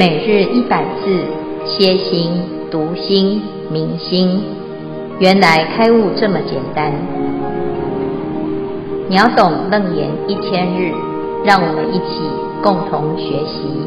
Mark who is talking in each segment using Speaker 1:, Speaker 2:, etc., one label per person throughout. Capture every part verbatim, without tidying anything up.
Speaker 1: 每日一百字，歇心、读心、明心，原来开悟这么简单。秒懂楞严一千日，让我们一起共同学习。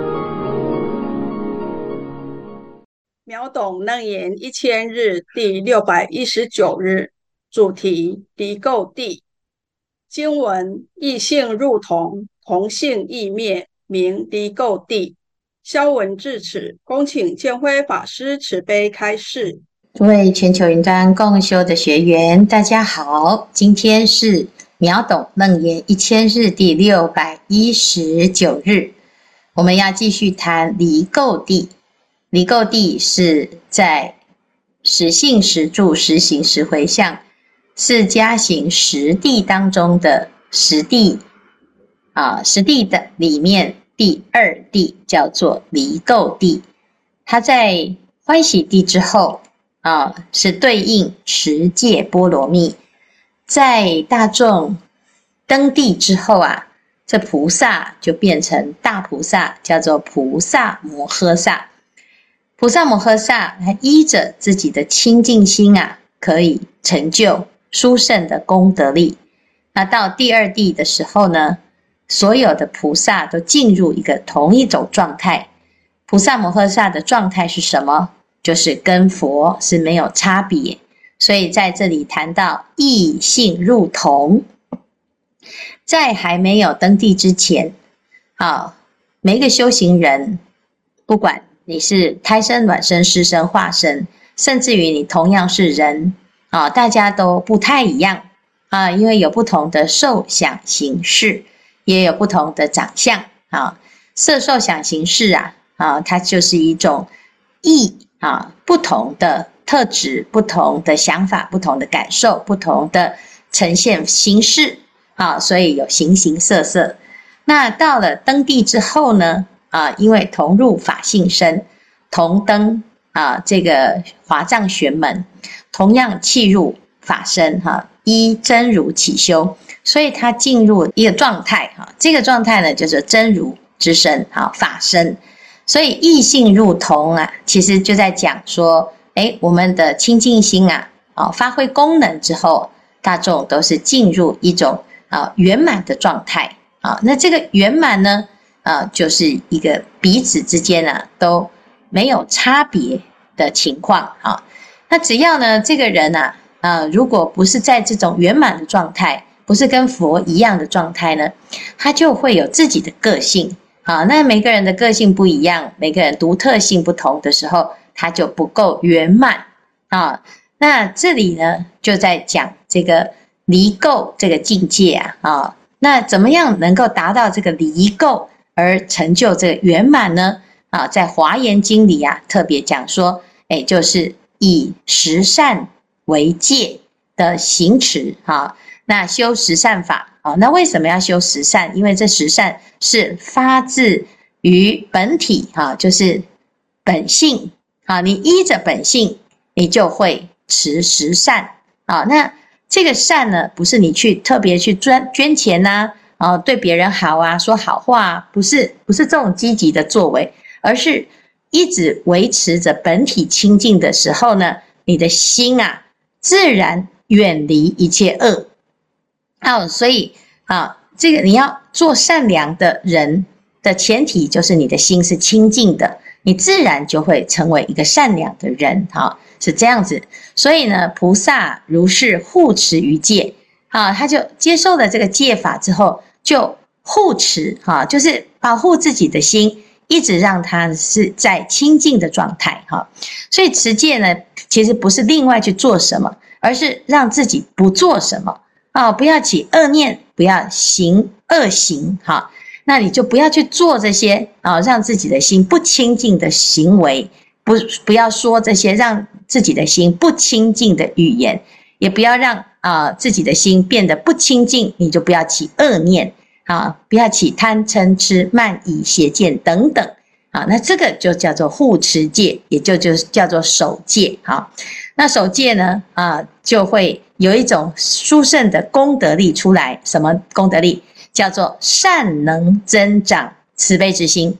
Speaker 2: 秒懂楞严一千日第六百一十九日，主题离垢地。经文：异性入同，同性异灭，名离垢地。消文至此，恭请建辉法师慈悲开示。
Speaker 3: 诸位全球云端共修的学员，大家好，今天是秒懂楞严一千日第六百一十九日，我们要继续谈离垢地。离垢地是在实性、实住、实行、实回向四加行十地当中的十地啊，十地的里面第二地叫做离垢地。它在欢喜地之后啊，是对应持戒波罗蜜。在大众登地之后啊，这菩萨就变成大菩萨，叫做菩萨摩诃萨。菩萨摩诃萨他依着自己的清净心啊，可以成就殊胜的功德力。那到第二地的时候呢，所有的菩萨都进入一个同一种状态。菩萨摩诃萨的状态是什么？就是跟佛是没有差别。所以在这里谈到异性入同，在还没有登地之前啊，每一个修行人，不管你是胎生、卵生、湿生、化生，甚至于你同样是人啊，大家都不太一样啊，因为有不同的受想行识，也有不同的长相啊。色受想行识啊，啊，它就是一种异啊，不同的特质、不同的想法、不同的感受、不同的呈现形式啊，所以有形形色色。那到了登地之后呢？啊，因为同入法性身，同登啊这个华藏玄门，同样契入法身哈、啊，依真如起修，所以他进入一个状态哈、啊，这个状态呢就是真如之身哈、啊，法身。所以异性入同啊，其实就在讲说，哎，我们的清净心啊，啊发挥功能之后，大众都是进入一种啊圆满的状态啊。那这个圆满呢？啊，就是一个彼此之间啊都没有差别的情况啊。那只要呢这个人啊，啊如果不是在这种圆满的状态，不是跟佛一样的状态呢，他就会有自己的个性啊。那每个人的个性不一样，每个人独特性不同的时候，他就不够圆满啊。那这里呢就在讲这个离垢这个境界啊啊，那怎么样能够达到这个离垢？而成就这个圆满呢？啊，在华严经里啊，特别讲说，哎，就是以十善为戒的行持啊。那修十善法啊，那为什么要修十善？因为这十善是发自于本体啊，就是本性啊。你依着本性，你就会持十善啊。那这个善呢，不是你去特别去捐捐钱呐、啊。哦，对别人好啊，说好话啊，不是不是这种积极的作为，而是一直维持着本体清净的时候呢，你的心啊，自然远离一切恶。哦，所以啊，这个你要做善良的人的前提就是你的心是清净的，你自然就会成为一个善良的人。哈、哦，是这样子。所以呢，菩萨如是护持于戒。啊，他就接受了这个戒法之后，就护持哈、啊，就是保护自己的心，一直让他是在清净的状态哈、啊。所以持戒呢，其实不是另外去做什么，而是让自己不做什么啊，不要起恶念，不要行恶行哈、啊。那你就不要去做这些啊，让自己的心不清净的行为，不不要说这些让自己的心不清净的语言，也不要让。啊，自己的心变得不清净，你就不要起恶念啊，不要起贪嗔痴慢疑邪见等等啊。那这个就叫做护持戒，也就就叫做守戒啊。那守戒呢啊，就会有一种殊胜的功德力出来。什么功德力？叫做善能增长慈悲之心。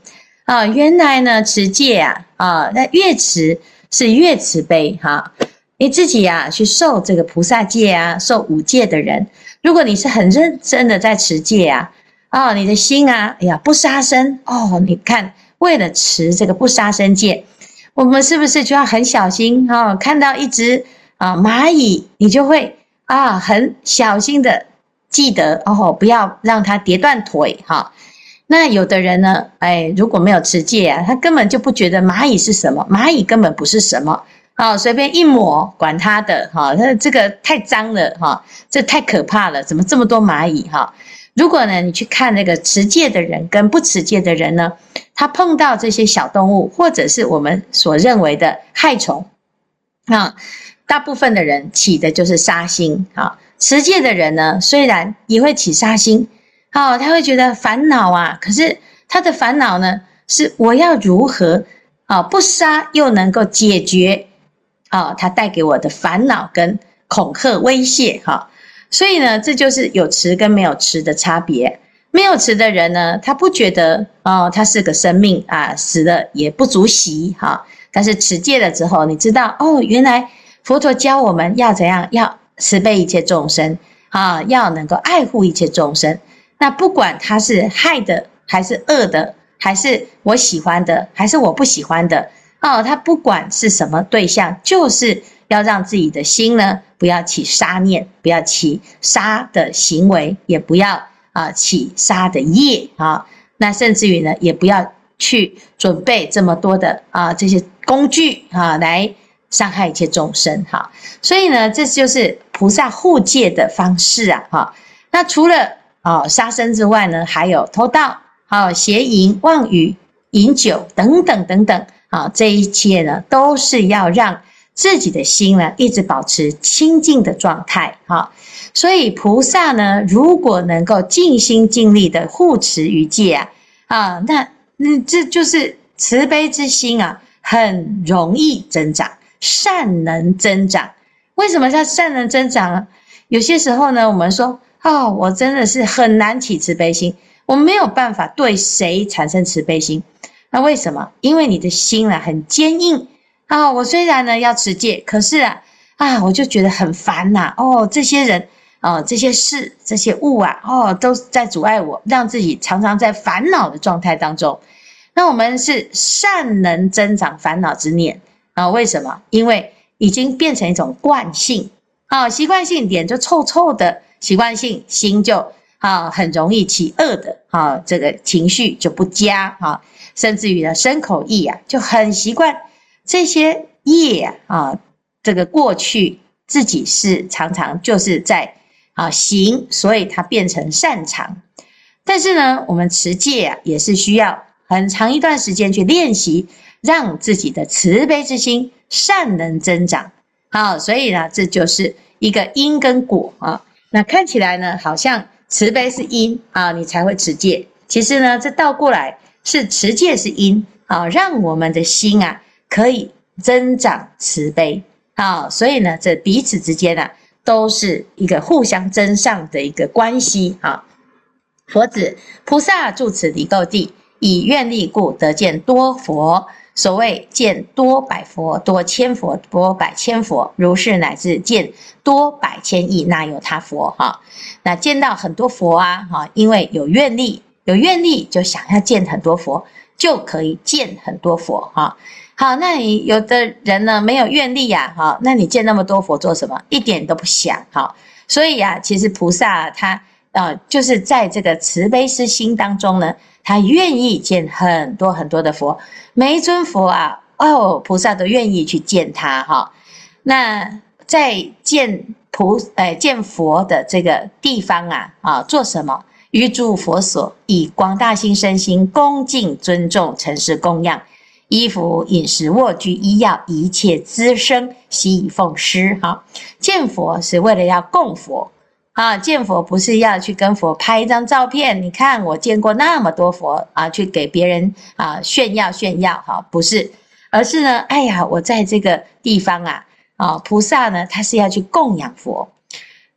Speaker 3: 啊，原来呢持戒啊，啊，那越持是越慈悲哈。你自己啊去受这个菩萨戒啊，受五戒的人，如果你是很认真的在持戒啊，哦，你的心啊，哎呀，不杀生哦，你看为了持这个不杀生戒，我们是不是就要很小心哦？看到一只啊蚂蚁，你就会啊很小心的记得哦，不要让它跌断腿哈。那有的人呢，哎，如果没有持戒啊，他根本就不觉得蚂蚁是什么，蚂蚁根本不是什么，好，随便一抹，管他的哈，那这个太脏了哈，这太可怕了，怎么这么多蚂蚁哈？如果呢，你去看那个持戒的人跟不持戒的人呢，他碰到这些小动物，或者是我们所认为的害虫，啊，大部分的人起的就是杀心啊。持戒的人呢，虽然也会起杀心。哦，他会觉得烦恼啊，可是他的烦恼呢，是我要如何啊不杀又能够解决啊他带给我的烦恼跟恐吓威胁哈，所以呢，这就是有持跟没有持的差别。没有持的人呢，他不觉得哦，他是个生命啊，死了也不足惜哈。但是持戒了之后，你知道哦，原来佛陀教我们要怎样，要慈悲一切众生啊，要能够爱护一切众生。那不管他是害的还是恶的，还是我喜欢的还是我不喜欢的哦，他不管是什么对象，就是要让自己的心呢不要起杀念，不要起杀的行为，也不要啊起杀的业啊。那甚至于呢，也不要去准备这么多的啊这些工具啊来伤害一切众生哈。所以呢，这就是菩萨护戒的方式啊哈。那除了哦，杀生之外呢，还有偷盗、哦邪淫、妄语、饮酒等等等等啊、哦，这一切呢，都是要让自己的心呢一直保持清净的状态哈、哦。所以菩萨呢，如果能够尽心尽力的护持于戒啊啊，那那这就是慈悲之心啊，很容易增长，善能增长。为什么叫善能增长啊？有些时候呢，我们说。哦，我真的是很难起慈悲心，我没有办法对谁产生慈悲心。那为什么？因为你的心啊很坚硬啊、哦。我虽然呢要持戒，可是啊啊，我就觉得很烦呐、啊。哦，这些人哦，这些事、这些物啊，哦，都在阻碍我，让自己常常在烦恼的状态当中。那我们是善能增长烦恼之念啊、哦？为什么？因为已经变成一种惯性啊、哦，习惯性脸就臭臭的。习惯性心就啊很容易起恶的啊，这个情绪就不佳啊，甚至于呢身口意啊就很习惯这些业啊，这个过去自己是常常就是在啊行，所以它变成擅长。但是呢，我们持戒啊也是需要很长一段时间去练习，让自己的慈悲之心善能增长。好，所以呢，这就是一个因跟果啊。那看起来呢，好像慈悲是因啊，你才会持戒。其实呢，这倒过来是持戒是因啊，让我们的心啊可以增长慈悲啊。所以呢，这彼此之间啊，都是一个互相增上的一个关系啊。佛子菩萨住此离垢地，以愿力故得见多佛。所谓见多百佛、多千佛、多百千佛，如是乃至见多百千亿那由他佛哈。那见到很多佛啊哈，因为有愿力，有愿力就想要见很多佛，就可以见很多佛哈。好，那你有的人呢没有愿力呀哈，那你见那么多佛做什么？一点都不想哈。所以啊，其实菩萨他呃就是在这个慈悲之心当中呢。他愿意见很多很多的佛，每一尊佛啊，哦，菩萨都愿意去见他哈。那在见菩呃见佛的这个地方啊啊，做什么？于诸佛所，以广大心身心恭敬尊重承事供养，衣服饮食卧具医药一切资生悉以奉施哈。见佛是为了要供佛。啊，见佛不是要去跟佛拍一张照片，你看我见过那么多佛啊，去给别人啊炫耀炫耀哈、啊，不是，而是呢，哎呀，我在这个地方啊，啊，菩萨呢他是要去供养佛。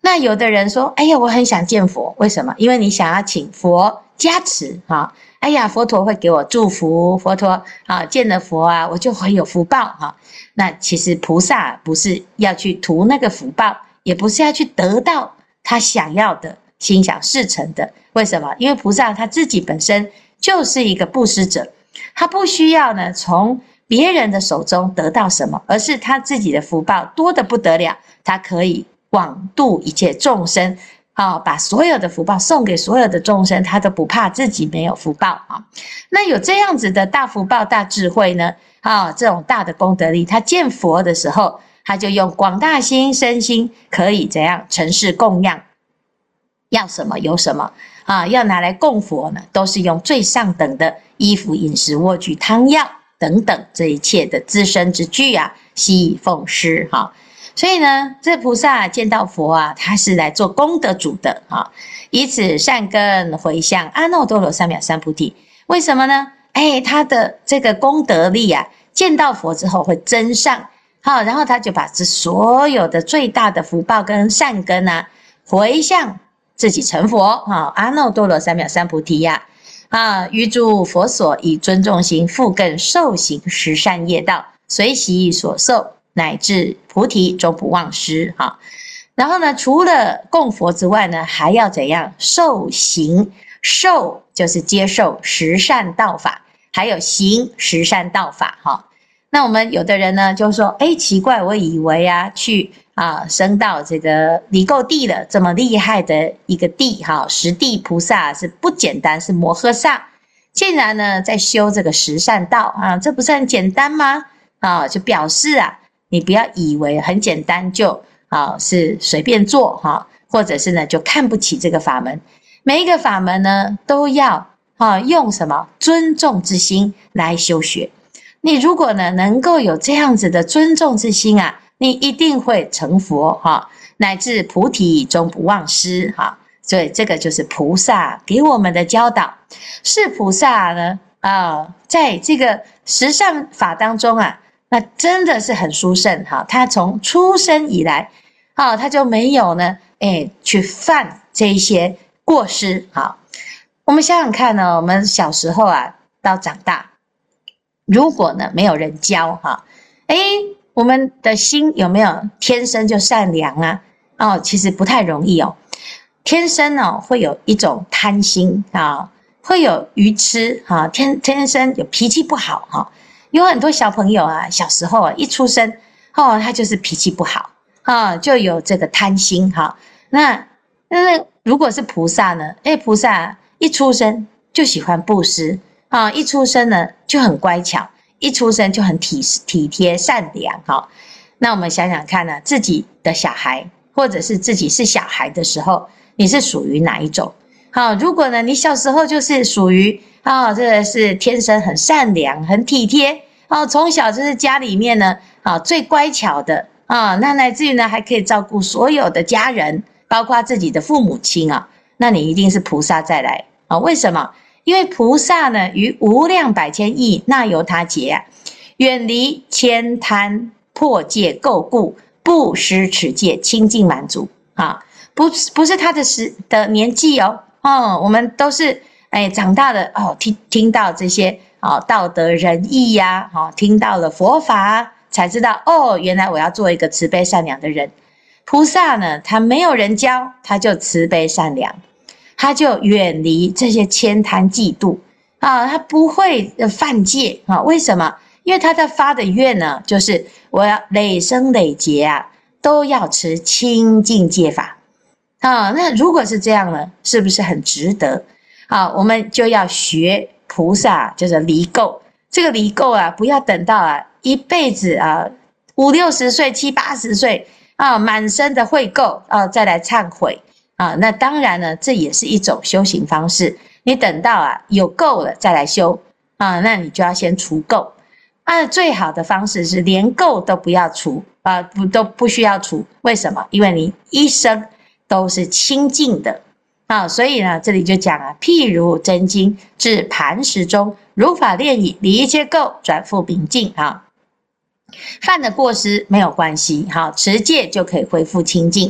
Speaker 3: 那有的人说，哎呀，我很想见佛，为什么？因为你想要请佛加持啊，哎呀，佛陀会给我祝福，佛陀啊，见了佛啊，我就会有福报哈。那其实菩萨不是要去图那个福报，也不是要去得到他想要的心想事成的。为什么？因为菩萨他自己本身就是一个布施者，他不需要呢从别人的手中得到什么，而是他自己的福报多得不得了，他可以广度一切众生。啊，把所有的福报送给所有的众生，他都不怕自己没有福报啊。那有这样子的大福报、大智慧呢？啊，这种大的功德力，他见佛的时候，他就用广大心、身心，可以怎样承事供养，要什么有什么啊？要拿来供佛呢，都是用最上等的衣服、饮食、卧具、汤药等等这一切的资身之具啊，悉以奉施哈。所以呢，这菩萨见到佛啊，他是来做功德主的啊，以此善根回向阿耨多罗三藐三菩提。为什么呢？哎，他的这个功德力啊，见到佛之后会增上，好，然后他就把这所有的最大的福报跟善根啊，回向自己成佛啊，阿耨多罗三藐三菩提呀，啊，于诸佛所以尊重心，复更受行十善业道，随喜所受。乃至菩提终不忘失哈，然后呢，除了供佛之外呢，还要怎样受行？受就是接受十善道法，还有行十善道法哈。那我们有的人呢，就说，哎，奇怪，我以为啊，去啊升到这个离垢地了，这么厉害的一个地哈，十地菩萨是不简单，是摩诃萨，竟然呢在修这个十善道啊，这不是很简单吗？啊，就表示啊。你不要以为很简单就啊是随便做哈，或者是呢就看不起这个法门。每一个法门呢都要啊用什么尊重之心来修学。你如果呢能够有这样子的尊重之心啊，你一定会成佛哈，乃至菩提终不忘失哈。所以这个就是菩萨给我们的教导。是菩萨呢啊，在这个十善法当中啊。那真的是很殊胜哈，他从出生以来，啊，他就没有呢，哎，去犯这一些过失哈。我们想想看呢，我们小时候啊，到长大，如果呢没有人教哈，哎，我们的心有没有天生就善良啊？哦，其实不太容易哦，天生哦会有一种贪心啊，会有愚痴哈，天天生有脾气不好哈。有很多小朋友啊，小时候啊，一出生哦，他就是脾气不好啊，就有这个贪心哈。那那如果是菩萨呢？哎，菩萨一出生就喜欢布施啊，一出生呢就很乖巧，一出生就很体体贴善良哈。那我们想想看呢、啊，自己的小孩或者是自己是小孩的时候，你是属于哪一种？好，如果呢你小时候就是属于啊、哦，这个是天生很善良、很体贴哦，从小就是家里面呢啊、哦、最乖巧的啊、哦，那乃至于呢还可以照顾所有的家人，包括自己的父母亲啊，那你一定是菩萨再来啊、哦？为什么？因为菩萨呢于无量百千亿那由他劫啊，远离悭贪破戒垢故，不失持戒，清净满足啊，不不是他的时的年纪哦，哦，我们都是。哎，长大了哦，听听到这些哦道德仁义呀、啊，哦，听到了佛法、啊，才知道哦，原来我要做一个慈悲善良的人。菩萨呢，他没有人教，他就慈悲善良，他就远离这些悭贪嫉妒啊，他不会犯戒啊。为什么？因为他在发的愿呢，就是我要累生累劫啊，都要持清净戒法啊。那如果是这样呢，是不是很值得？好，我们就要学菩萨，就是离垢。这个离垢啊，不要等到啊一辈子啊五六十岁、七八十岁啊满身的秽垢啊再来忏悔啊。那当然呢，这也是一种修行方式。你等到啊有垢了再来修啊，那你就要先除垢啊。最好的方式是连垢都不要除啊，不都不需要除。为什么？因为你一生都是清净的。啊，所以呢，这里就讲啊，譬如真金至磐石中，如法炼矣，离一切垢，转复明净啊。犯的过失没有关系，好，持戒就可以恢复清净。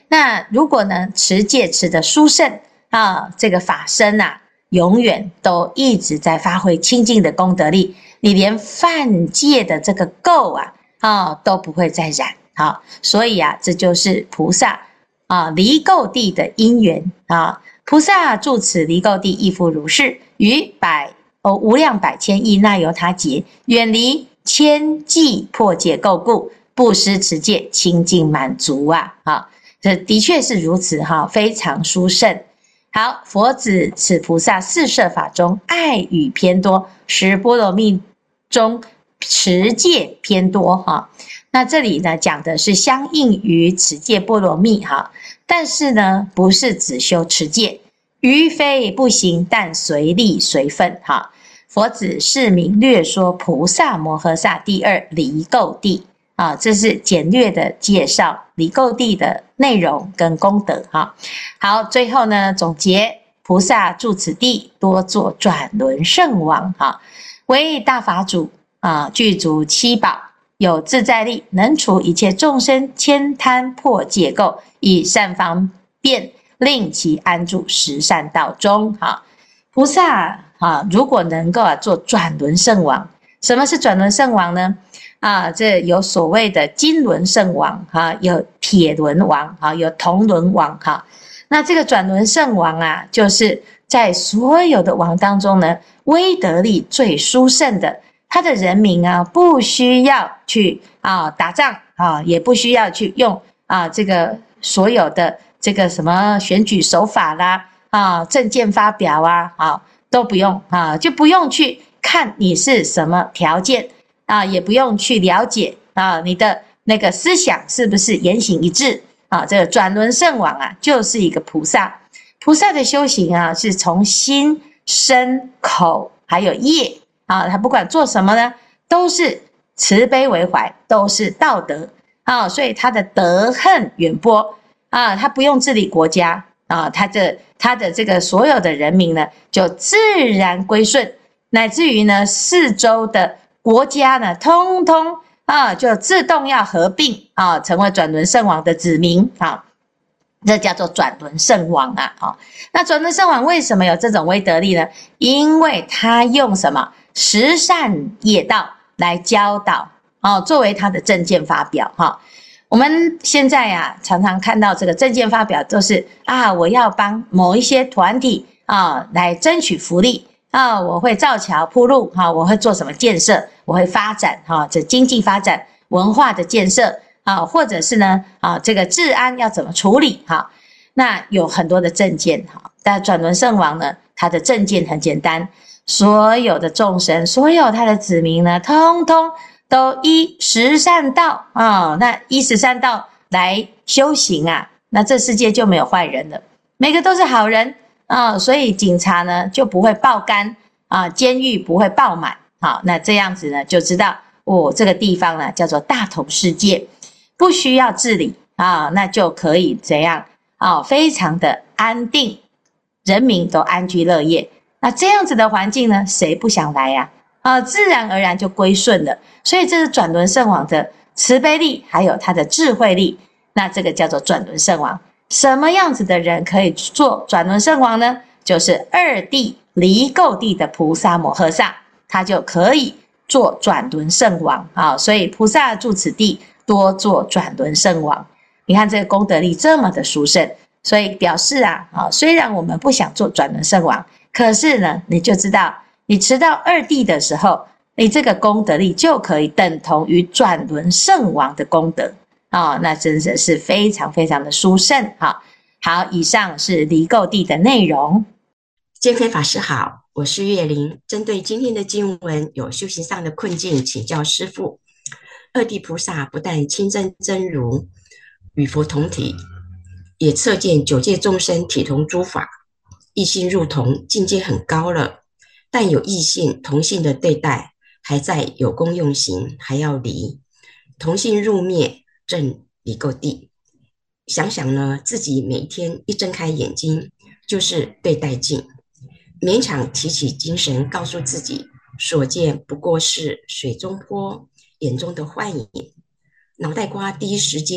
Speaker 3: 那如果呢持戒持的殊胜啊，这个法身啊，永远都一直在发挥清净的功德力，你连犯戒的这个垢啊啊都不会再染啊。所以啊，这就是菩萨啊离垢地的因缘啊。菩萨住此离垢地，亦复如是，于百哦无量百千亿那由他劫，远离千计破戒垢故，布施持戒清净满足啊！啊，这的确是如此哈，非常殊胜。好，佛子此菩萨四摄法中爱语偏多，十波罗蜜中持戒偏多哈。那这里呢讲的是相应于持戒波罗蜜哈，但是呢不是只修持戒，于非不行，但随力随分哈。佛子是名略说菩萨摩诃萨第二离垢地啊，这是简略的介绍离垢地的内容跟功德哈。好，最后呢总结，菩萨住此地，多作转轮圣王哈，为大法主啊，具足七宝，有自在力，能除一切众生悭贪破戒垢，以善方便令其安住十善道中哈。菩萨啊，如果能够啊做转轮圣王，什么是转轮圣王呢？啊，这有所谓的金轮圣王哈，有铁轮王哈，有铜轮王哈。那这个转轮圣王啊，就是在所有的王当中呢，威德力最殊胜的。他的人民啊，不需要去啊打仗啊，也不需要去用啊这个所有的这个什么选举手法啦啊，政见发表啊啊都不用啊，就不用去看你是什么条件啊，也不用去了解啊你的那个思想是不是言行一致啊。这个转轮圣王啊，就是一个菩萨。菩萨的修行啊，是从心、身、口还有业。啊，他不管做什么呢，都是慈悲为怀，都是道德啊，所以他的德恨远播啊，他不用治理国家啊，他的他的这个所有的人民呢，就自然归顺，乃至于呢，四周的国家呢，通通啊，就自动要合并啊，成为转轮圣王的子民啊。这叫做转轮圣王啊！哦，那转轮圣王为什么有这种威德力呢？因为他用什么十善业道来教导哦，作为他的政见发表哈、哦。我们现在啊，常常看到这个政见发表都是啊，我要帮某一些团体啊来争取福利啊，我会造桥铺路哈、啊，我会做什么建设，我会发展哈、啊，这经济发展、文化的建设。啊，或者是呢，啊，这个治安要怎么处理？哈，那有很多的证件哈。但转轮圣王呢，他的证件很简单，所有的众生，所有他的子民呢，通通都依十善道啊，那依十善道来修行啊，那这世界就没有坏人了，每个都是好人啊，所以警察呢就不会爆肝啊，监狱不会爆满。好，那这样子呢，就知道哦，这个地方呢叫做大同世界。不需要治理啊，那就可以怎样啊？非常的安定，人民都安居乐业。那这样子的环境呢，谁不想来呀？啊，自然而然就归顺了。所以这是转轮圣王的慈悲力，还有他的智慧力。那这个叫做转轮圣王。什么样子的人可以做转轮圣王呢？就是二地离垢地的菩萨摩诃萨，他就可以做转轮圣王啊。所以菩萨住此地，多做转轮圣王。你看这个功德力这么的殊胜，所以表示啊，啊，虽然我们不想做转轮圣王，可是呢，你就知道，你持到二地的时候，你这个功德力就可以等同于转轮圣王的功德啊，那真的是非常非常的殊胜哈。好，以上是离垢地的内容。
Speaker 4: 建飞法师好，我是月玲，针对今天的经文有修行上的困境，请教师父。二地菩萨不但亲真真如，与佛同体，也测见九界众生体同诸法，异性入同，境界很高了。但有异性同性的对待，还在有功用行，还要离。同性入灭，正离垢地。想想呢，自己每一天一睁开眼睛，就是对待境，勉强提起精神，告诉自己，所见不过是水中波，眼中的幻影。脑袋瓜第一时间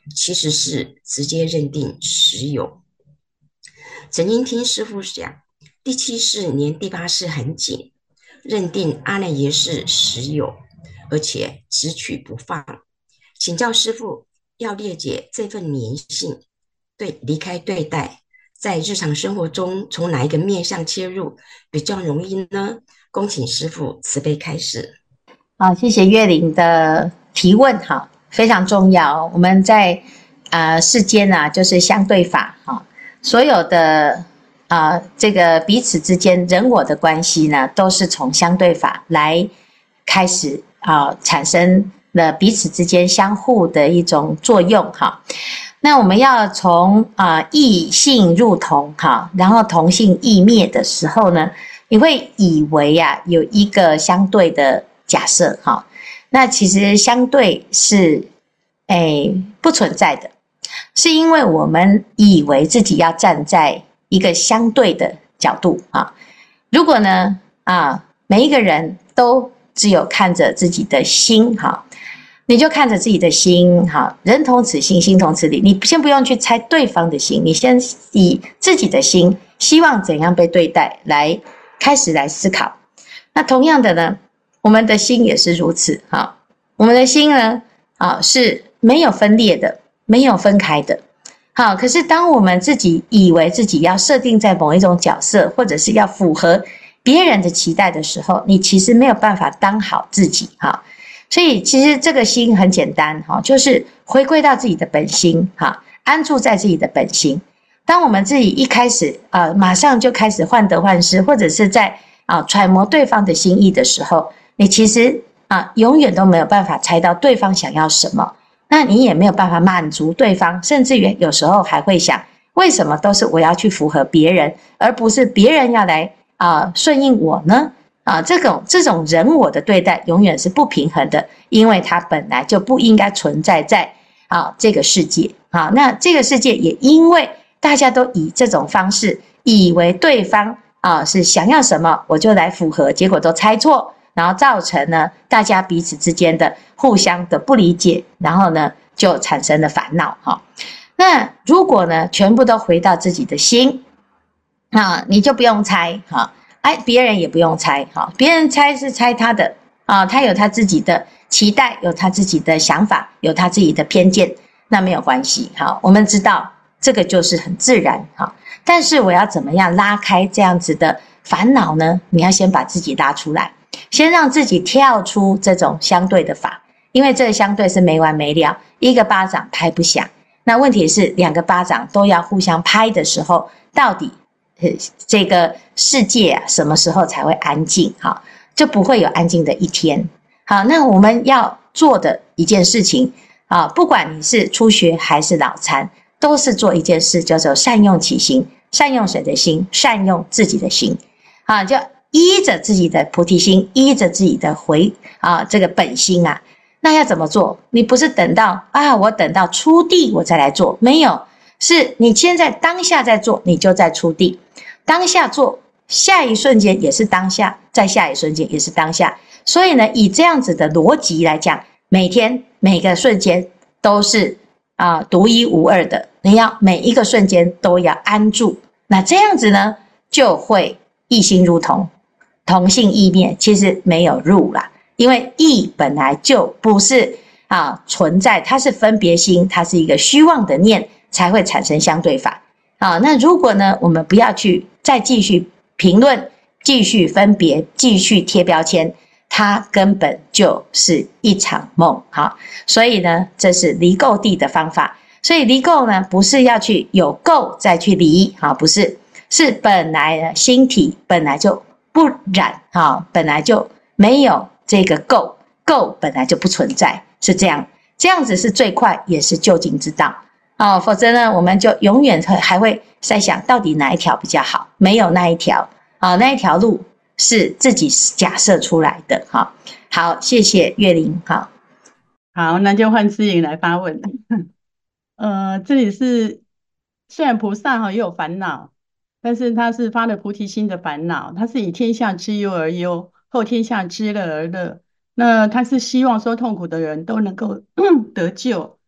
Speaker 4: 其实是直接认定实有。曾经听师父讲，第七世连第八世很紧，认定阿赖耶识实有，而且只取不放。请教师父，要列解这份粘性，对离开对待，在日常生活中从哪一个面向切入比较容易呢？恭请师父慈悲开示。
Speaker 3: 好，谢谢月玲的提问，哈，非常重要。我们在呃世间啊，就是相对法，哈，所有的啊、呃、这个彼此之间人我的关系呢，都是从相对法来开始啊、呃、产生了彼此之间相互的一种作用，哈。那我们要从啊、呃、异性入同，哈，然后同性异灭的时候呢，你会以为啊有一个相对的假设，哈，那其实相对是诶不存在的，是因为我们以为自己要站在一个相对的角度啊。如果呢啊每一个人都只有看着自己的心，哈，你就看着自己的心，哈，人同此心，心同此理。你先不用去猜对方的心，你先以自己的心希望怎样被对待来开始来思考。那同样的呢，我们的心也是如此，哈，我们的心呢啊是没有分裂的，没有分开的。好，可是当我们自己以为自己要设定在某一种角色，或者是要符合别人的期待的时候，你其实没有办法当好自己，哈。所以其实这个心很简单，哈，就是回归到自己的本心，哈，安住在自己的本心。当我们自己一开始呃马上就开始患得患失，或者是在啊揣摩对方的心意的时候，你其实啊永远都没有办法猜到对方想要什么，那你也没有办法满足对方，甚至于有时候还会想，为什么都是我要去符合别人，而不是别人要来啊顺应我呢？啊，这种这种人我的对待永远是不平衡的，因为它本来就不应该存在在啊这个世界啊。那这个世界也因为大家都以这种方式，以为对方啊是想要什么，我就来符合，结果都猜错，然后造成呢大家彼此之间的互相的不理解，然后呢就产生了烦恼哈。那如果呢全部都回到自己的心，啊，你就不用猜哈。哎，别人也不用猜，哈，别人猜是猜他的啊，他有他自己的期待，有他自己的想法，有他自己的偏见，那没有关系，哈，我们知道这个就是很自然，哈。但是我要怎么样拉开这样子的烦恼呢？你要先把自己拉出来，先让自己跳出这种相对的法，因为这个相对是没完没了，一个巴掌拍不响。那问题是两个巴掌都要互相拍的时候，到底这个世界啊，什么时候才会安静？哈，就不会有安静的一天。好，那我们要做的一件事情啊，不管你是初学还是老参，都是做一件事，叫做善用其心，善用谁的心？善用自己的心。啊，就依着自己的菩提心，依着自己的回啊这个本心啊。那要怎么做？你不是等到啊，我等到出地我再来做，没有，是你现在当下在做，你就在出地。当下做，下一瞬间也是当下，在下一瞬间也是当下。所以呢，以这样子的逻辑来讲，每天每个瞬间都是啊、呃、独一无二的。你要每一个瞬间都要安住，那这样子呢，就会异心如同，同性异灭。其实没有入啦，因为异本来就不是啊存在，它是分别心，它是一个虚妄的念，才会产生相对法。啊，那如果呢，我们不要去再继续评论，继续分别，继续贴标签，它根本就是一场梦。好，所以呢，这是离垢地的方法。所以离垢呢，不是要去有垢再去离，好，不是，是本来的心体本来就不染，好，本来就没有这个垢，垢本来就不存在，是这样，这样子是最快，也是究竟之道。哦，否则呢，我们就永远还会在想到底哪一条比较好，没有那一条啊、哦，那一条路是自己假设出来的。哈、哦，好，谢谢月玲。好，
Speaker 5: 好，那就换思颖来发问。呃，这里是虽然菩萨哈也有烦恼，但是他是发了菩提心的烦恼，他是以天下之忧而忧，后天下之乐而乐。那他是希望说痛苦的人都能够得救。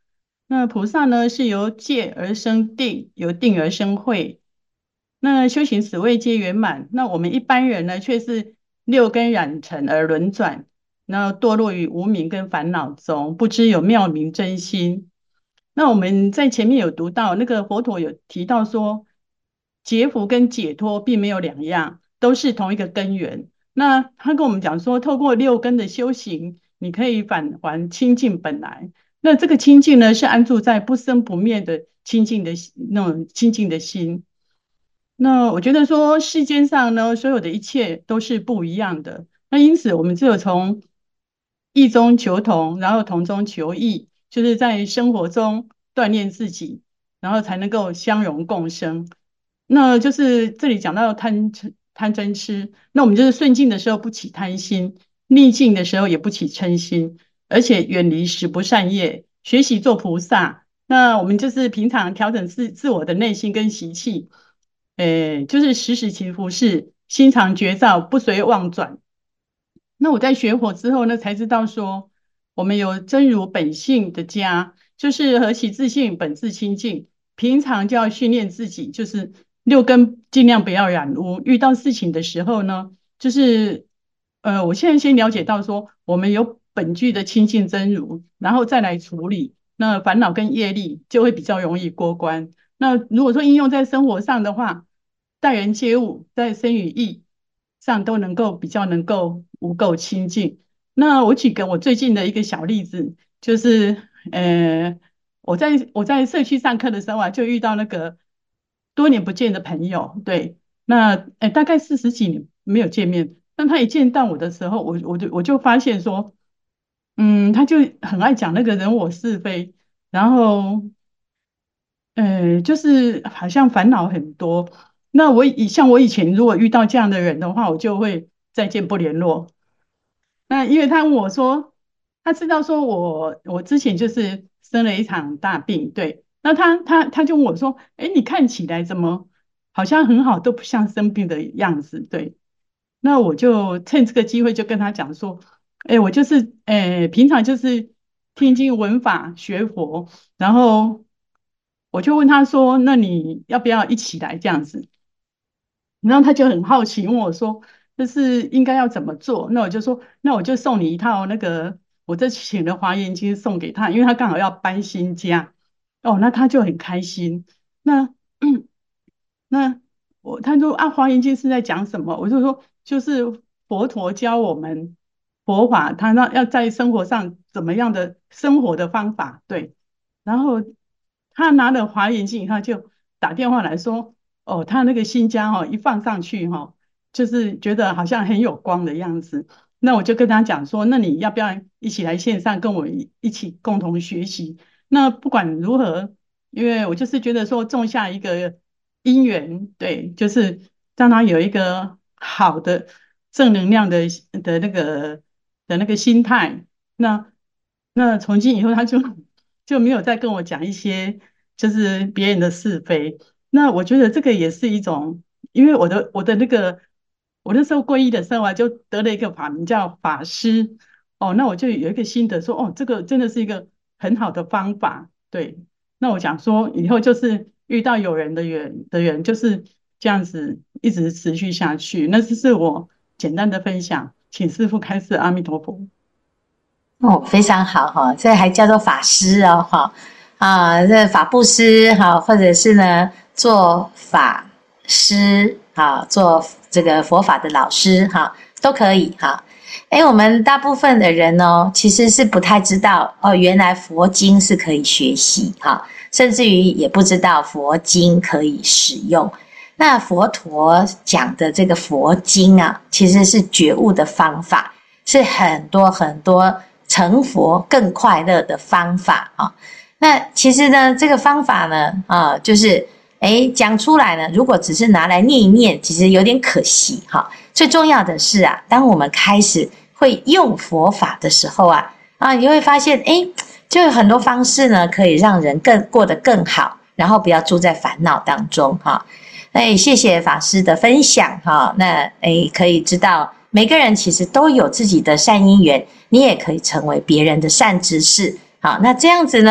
Speaker 5: 那菩萨呢，是由戒而生定，由定而生慧。那修行十位皆圆满，那我们一般人呢，却是六根染尘而轮转，那堕落于无明跟烦恼中，不知有妙明真心。那我们在前面有读到，那个佛陀有提到说，劫福跟解脱并没有两样，都是同一个根源。那他跟我们讲说，透过六根的修行，你可以返还清净本来。那这个清净呢，是安住在不生不灭的清净的那种清净的心。那我觉得说，世间上呢，所有的一切都是不一样的。那因此，我们只有从异中求同，然后同中求异，就是在生活中锻炼自己，然后才能够相容共生。那就是这里讲到贪嗔贪嗔痴，那我们就是顺境的时候不起贪心，逆境的时候也不起嗔心，而且远离十不善业，学习做菩萨。那我们就是平常调整自自我的内心跟习气。诶，就是时时勤拂拭，心常觉照，不随妄转。那我在学佛之后呢，才知道说，我们有真如本性的家，就是何其自性，本自清净。平常就要训练自己，就是六根尽量不要染污。遇到事情的时候呢，就是呃，我现在先了解到说，我们有本具的清净真如，然后再来处理，那烦恼跟业力就会比较容易过关。那如果说应用在生活上的话，待人接物，在身语意上都能够比较能够无垢清净。那我举个我最近的一个小例子，就是呃，我在我在社区上课的时候啊，就遇到那个多年不见的朋友，对，那呃大概四十几年没有见面，但他一见到我的时候，我我就我就发现说，嗯，他就很爱讲那个人我是非，然后呃，就是好像烦恼很多。那我以像我以前如果遇到这样的人的话，我就会再见不联络。那因为他问我说，他知道说我我之前就是生了一场大病，对。那他他他就问我说，哎，你看起来怎么好像很好，都不像生病的样子，对。那我就趁这个机会就跟他讲说，哎，我就是哎平常就是听经闻法学佛，然后我就问他说，那你要不要一起来这样子？然后他就很好奇问我说：“就是应该要怎么做？”那我就说：“那我就送你一套那个我这请的华严经送给他，因为他刚好要搬新家。”哦，那他就很开心。那嗯，那我他说啊，华严经是在讲什么？我就说就是佛陀教我们佛法，他那要在生活上怎么样的生活的方法，对。然后他拿了华严经，他就打电话来说。哦，他那个新家哈、哦、一放上去哈、哦，就是觉得好像很有光的样子。那我就跟他讲说，那你要不要一起来线上跟我一一起共同学习？那不管如何，因为我就是觉得说种下一个因缘，对，就是让他有一个好的正能量的的那个的那个心态。那那从今以后他就就没有再跟我讲一些就是别人的是非。那我觉得这个也是一种，因为我的我的那个我那时候皈依的时候啊，就得了一个法名叫法师哦，那我就有一个心得说，哦，这个真的是一个很好的方法，对。那我想说，以后就是遇到有人的缘的人，就是这样子一直持续下去。那这是我简单的分享，请师父开示，阿弥陀佛。
Speaker 3: 哦，非常好哈，这还叫做法师哦哈啊，这法布施哈，或者是呢做法师啊，做这个佛法的老师哈，都可以哈。哎，我们大部分的人哦，其实是不太知道哦，原来佛经是可以学习哈，甚至于也不知道佛经可以使用。那佛陀讲的这个佛经啊，其实是觉悟的方法，是很多很多成佛更快乐的方法啊。那其实呢，这个方法呢，啊，就是诶讲出来呢，如果只是拿来念一念，其实有点可惜哈。最重要的是啊，当我们开始会用佛法的时候啊，啊，你会发现，诶就有很多方式呢，可以让人更过得更好，然后不要住在烦恼当中哈。哎，谢谢法师的分享哈。那诶可以知道，每个人其实都有自己的善因缘，你也可以成为别人的善知识。好，那这样子呢？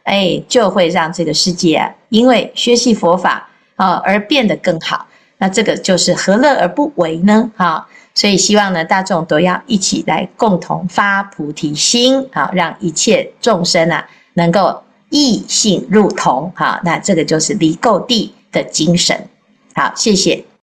Speaker 3: 哎，就会让这个世界啊，因为学习佛法啊而变得更好。那这个就是何乐而不为呢？啊，所以希望呢，大众都要一起来共同发菩提心，好，让一切众生啊能够异性入同，好，那这个就是离垢地的精神。好，谢谢。